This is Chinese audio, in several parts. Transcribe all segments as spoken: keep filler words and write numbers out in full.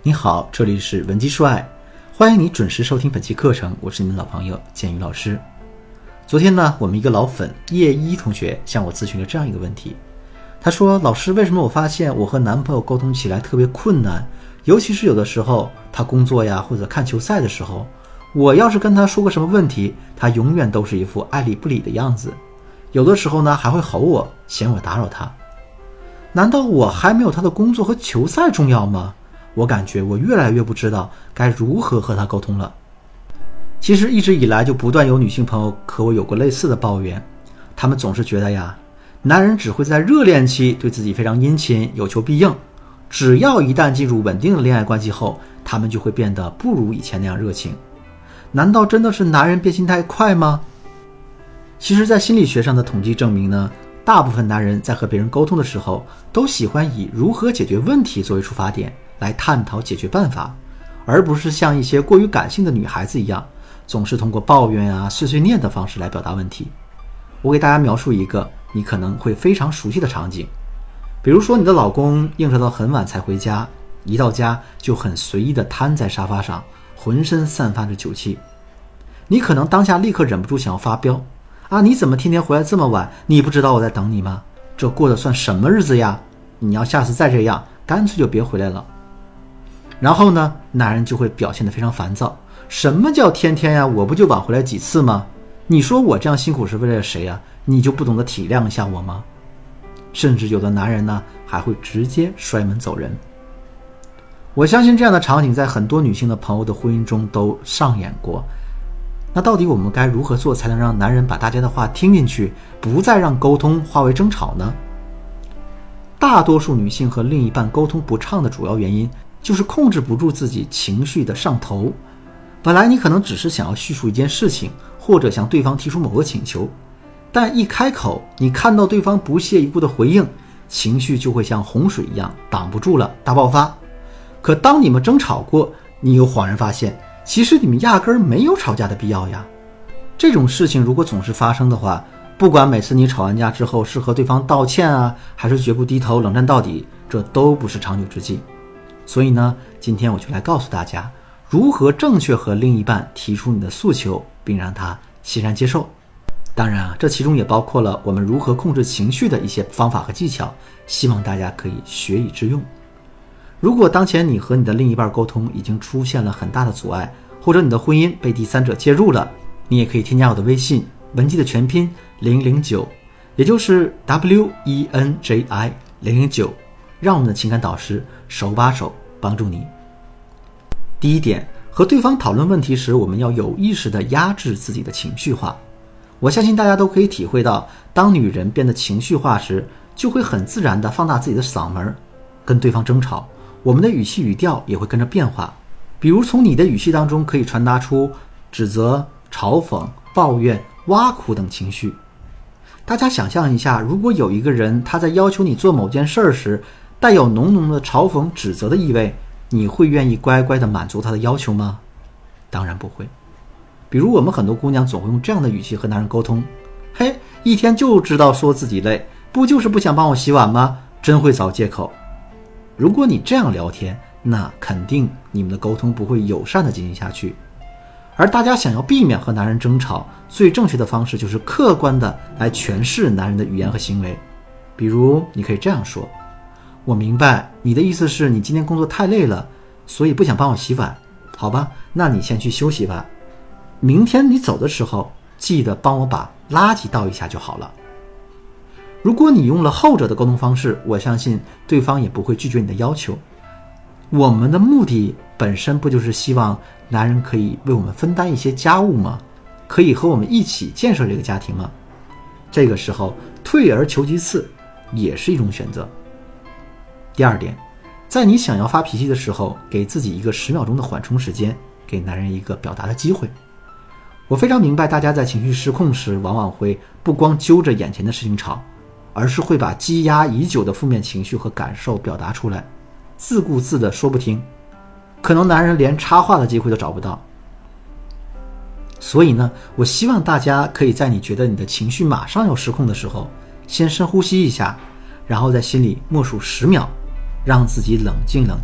你好，这里是文姬说爱，欢迎你准时收听本期课程，我是你们老朋友建宇老师。昨天呢，我们一个老粉叶一同学向我咨询了这样一个问题，他说，老师，为什么我发现我和男朋友沟通起来特别困难，尤其是有的时候他工作呀或者看球赛的时候，我要是跟他说个什么问题，他永远都是一副爱理不理的样子，有的时候呢还会吼我，嫌我打扰他。难道我还没有他的工作和球赛重要吗？我感觉我越来越不知道该如何和他沟通了。其实一直以来就不断有女性朋友和我有过类似的抱怨，她们总是觉得呀，男人只会在热恋期对自己非常殷勤，有求必应，只要一旦进入稳定的恋爱关系后，他们就会变得不如以前那样热情。难道真的是男人变心太快吗？其实在心理学上的统计证明呢，大部分男人在和别人沟通的时候，都喜欢以如何解决问题作为出发点来探讨解决办法，而不是像一些过于感性的女孩子一样，总是通过抱怨啊、碎碎念的方式来表达问题。我给大家描述一个你可能会非常熟悉的场景，比如说你的老公应酬到很晚才回家，一到家就很随意地瘫在沙发上，浑身散发着酒气。你可能当下立刻忍不住想要发飙啊！你怎么天天回来这么晚？你不知道我在等你吗？这过得算什么日子呀？你要下次再这样，干脆就别回来了。然后呢，男人就会表现得非常烦躁。什么叫天天呀？我不就晚回来几次吗？你说我这样辛苦是为了谁呀？你就不懂得体谅一下我吗？甚至有的男人呢，还会直接摔门走人。我相信这样的场景在很多女性的朋友的婚姻中都上演过。那到底我们该如何做才能让男人把大家的话听进去，不再让沟通化为争吵呢？大多数女性和另一半沟通不畅的主要原因就是控制不住自己情绪的上头。本来你可能只是想要叙述一件事情，或者向对方提出某个请求，但一开口，你看到对方不屑一顾的回应，情绪就会像洪水一样挡不住了，大爆发。可当你们争吵过，你又恍然发现，其实你们压根儿没有吵架的必要呀。这种事情如果总是发生的话，不管每次你吵完架之后是和对方道歉啊，还是绝不低头冷战到底，这都不是长久之计。所以呢，今天我就来告诉大家，如何正确和另一半提出你的诉求，并让他欣然接受。当然啊，这其中也包括了我们如何控制情绪的一些方法和技巧，希望大家可以学以致用。如果当前你和你的另一半沟通已经出现了很大的阻碍，或者你的婚姻被第三者介入了，你也可以添加我的微信文姬的全拼零零九，也就是 W E N J I 零零九，让我们的情感导师手把手帮助你。第一点，和对方讨论问题时，我们要有意识地压制自己的情绪化。我相信大家都可以体会到，当女人变得情绪化时，就会很自然地放大自己的嗓门，跟对方争吵，我们的语气语调也会跟着变化。比如从你的语气当中可以传达出指责、嘲讽、抱怨、挖苦等情绪。大家想象一下，如果有一个人他在要求你做某件事时，带有浓浓的嘲讽、指责的意味，你会愿意乖乖地满足他的要求吗？当然不会。比如我们很多姑娘总会用这样的语气和男人沟通，嘿，一天就知道说自己累，不就是不想帮我洗碗吗？真会找借口。如果你这样聊天，那肯定你们的沟通不会友善地进行下去。而大家想要避免和男人争吵，最正确的方式就是客观地来诠释男人的语言和行为。比如你可以这样说，我明白你的意思是你今天工作太累了，所以不想帮我洗碗，好吧，那你先去休息吧，明天你走的时候记得帮我把垃圾倒一下就好了。如果你用了后者的沟通方式，我相信对方也不会拒绝你的要求。我们的目的本身不就是希望男人可以为我们分担一些家务吗？可以和我们一起建设这个家庭吗？这个时候退而求其次也是一种选择。第二点，在你想要发脾气的时候，给自己一个十秒钟的缓冲时间，给男人一个表达的机会。我非常明白大家在情绪失控时，往往会不光揪着眼前的事情吵，而是会把积压已久的负面情绪和感受表达出来，自顾自地说不停，可能男人连插话的机会都找不到。所以呢，我希望大家可以在你觉得你的情绪马上要失控的时候，先深呼吸一下，然后在心里默数十秒，让自己冷静冷静，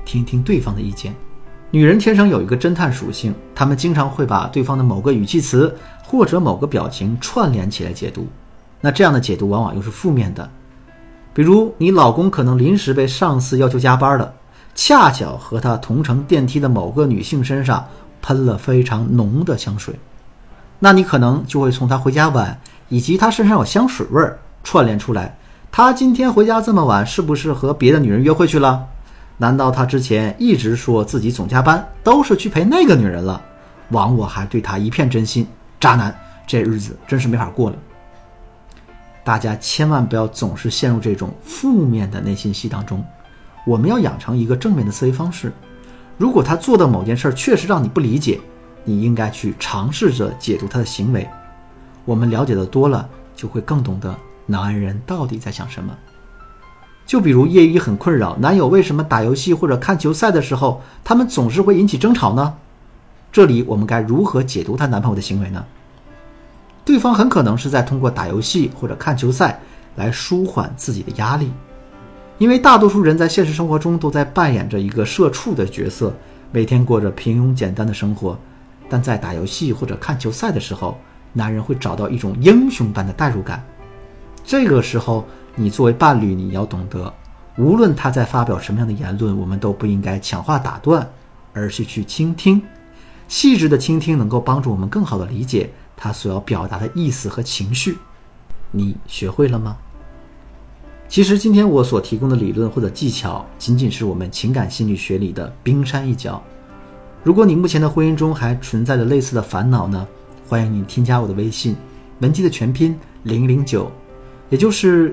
听听对方的意见。女人天生有一个侦探属性，她们经常会把对方的某个语气词或者某个表情串联起来解读，那这样的解读往往又是负面的。比如你老公可能临时被上司要求加班了，恰巧和他同乘电梯的某个女性身上喷了非常浓的香水，那你可能就会从他回家晚以及他身上有香水味儿串联出来，他今天回家这么晚是不是和别的女人约会去了？难道他之前一直说自己总加班都是去陪那个女人了？枉我还对他一片真心，渣男，这日子真是没法过了。大家千万不要总是陷入这种负面的内心戏当中，我们要养成一个正面的思维方式。如果他做的某件事确实让你不理解，你应该去尝试着解读他的行为。我们了解的多了，就会更懂得男人到底在想什么。就比如叶一很困扰男友为什么打游戏或者看球赛的时候他们总是会引起争吵呢？这里我们该如何解读她男朋友的行为呢？对方很可能是在通过打游戏或者看球赛来舒缓自己的压力，因为大多数人在现实生活中都在扮演着一个社畜的角色，每天过着平庸简单的生活，但在打游戏或者看球赛的时候，男人会找到一种英雄般的代入感。这个时候你作为伴侣，你要懂得无论他在发表什么样的言论，我们都不应该抢话打断，而是去倾听。细致的倾听能够帮助我们更好地理解他所要表达的意思和情绪。你学会了吗？其实今天我所提供的理论或者技巧仅仅是我们情感心理学里的冰山一角。如果你目前的婚姻中还存在着类似的烦恼呢，欢迎你添加我的微信文姬的全拼零零九，也就是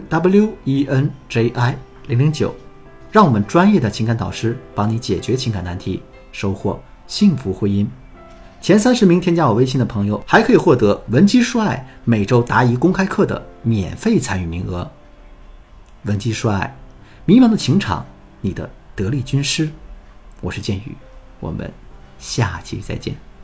W E N J I 零零九，让我们专业的情感导师帮你解决情感难题，收获幸福婚姻。前三十名添加我微信的朋友还可以获得文姬说爱每周答疑公开课的免费参与名额。文姬说爱，迷茫的情场，你的得力军师。我是建宇，我们下期再见。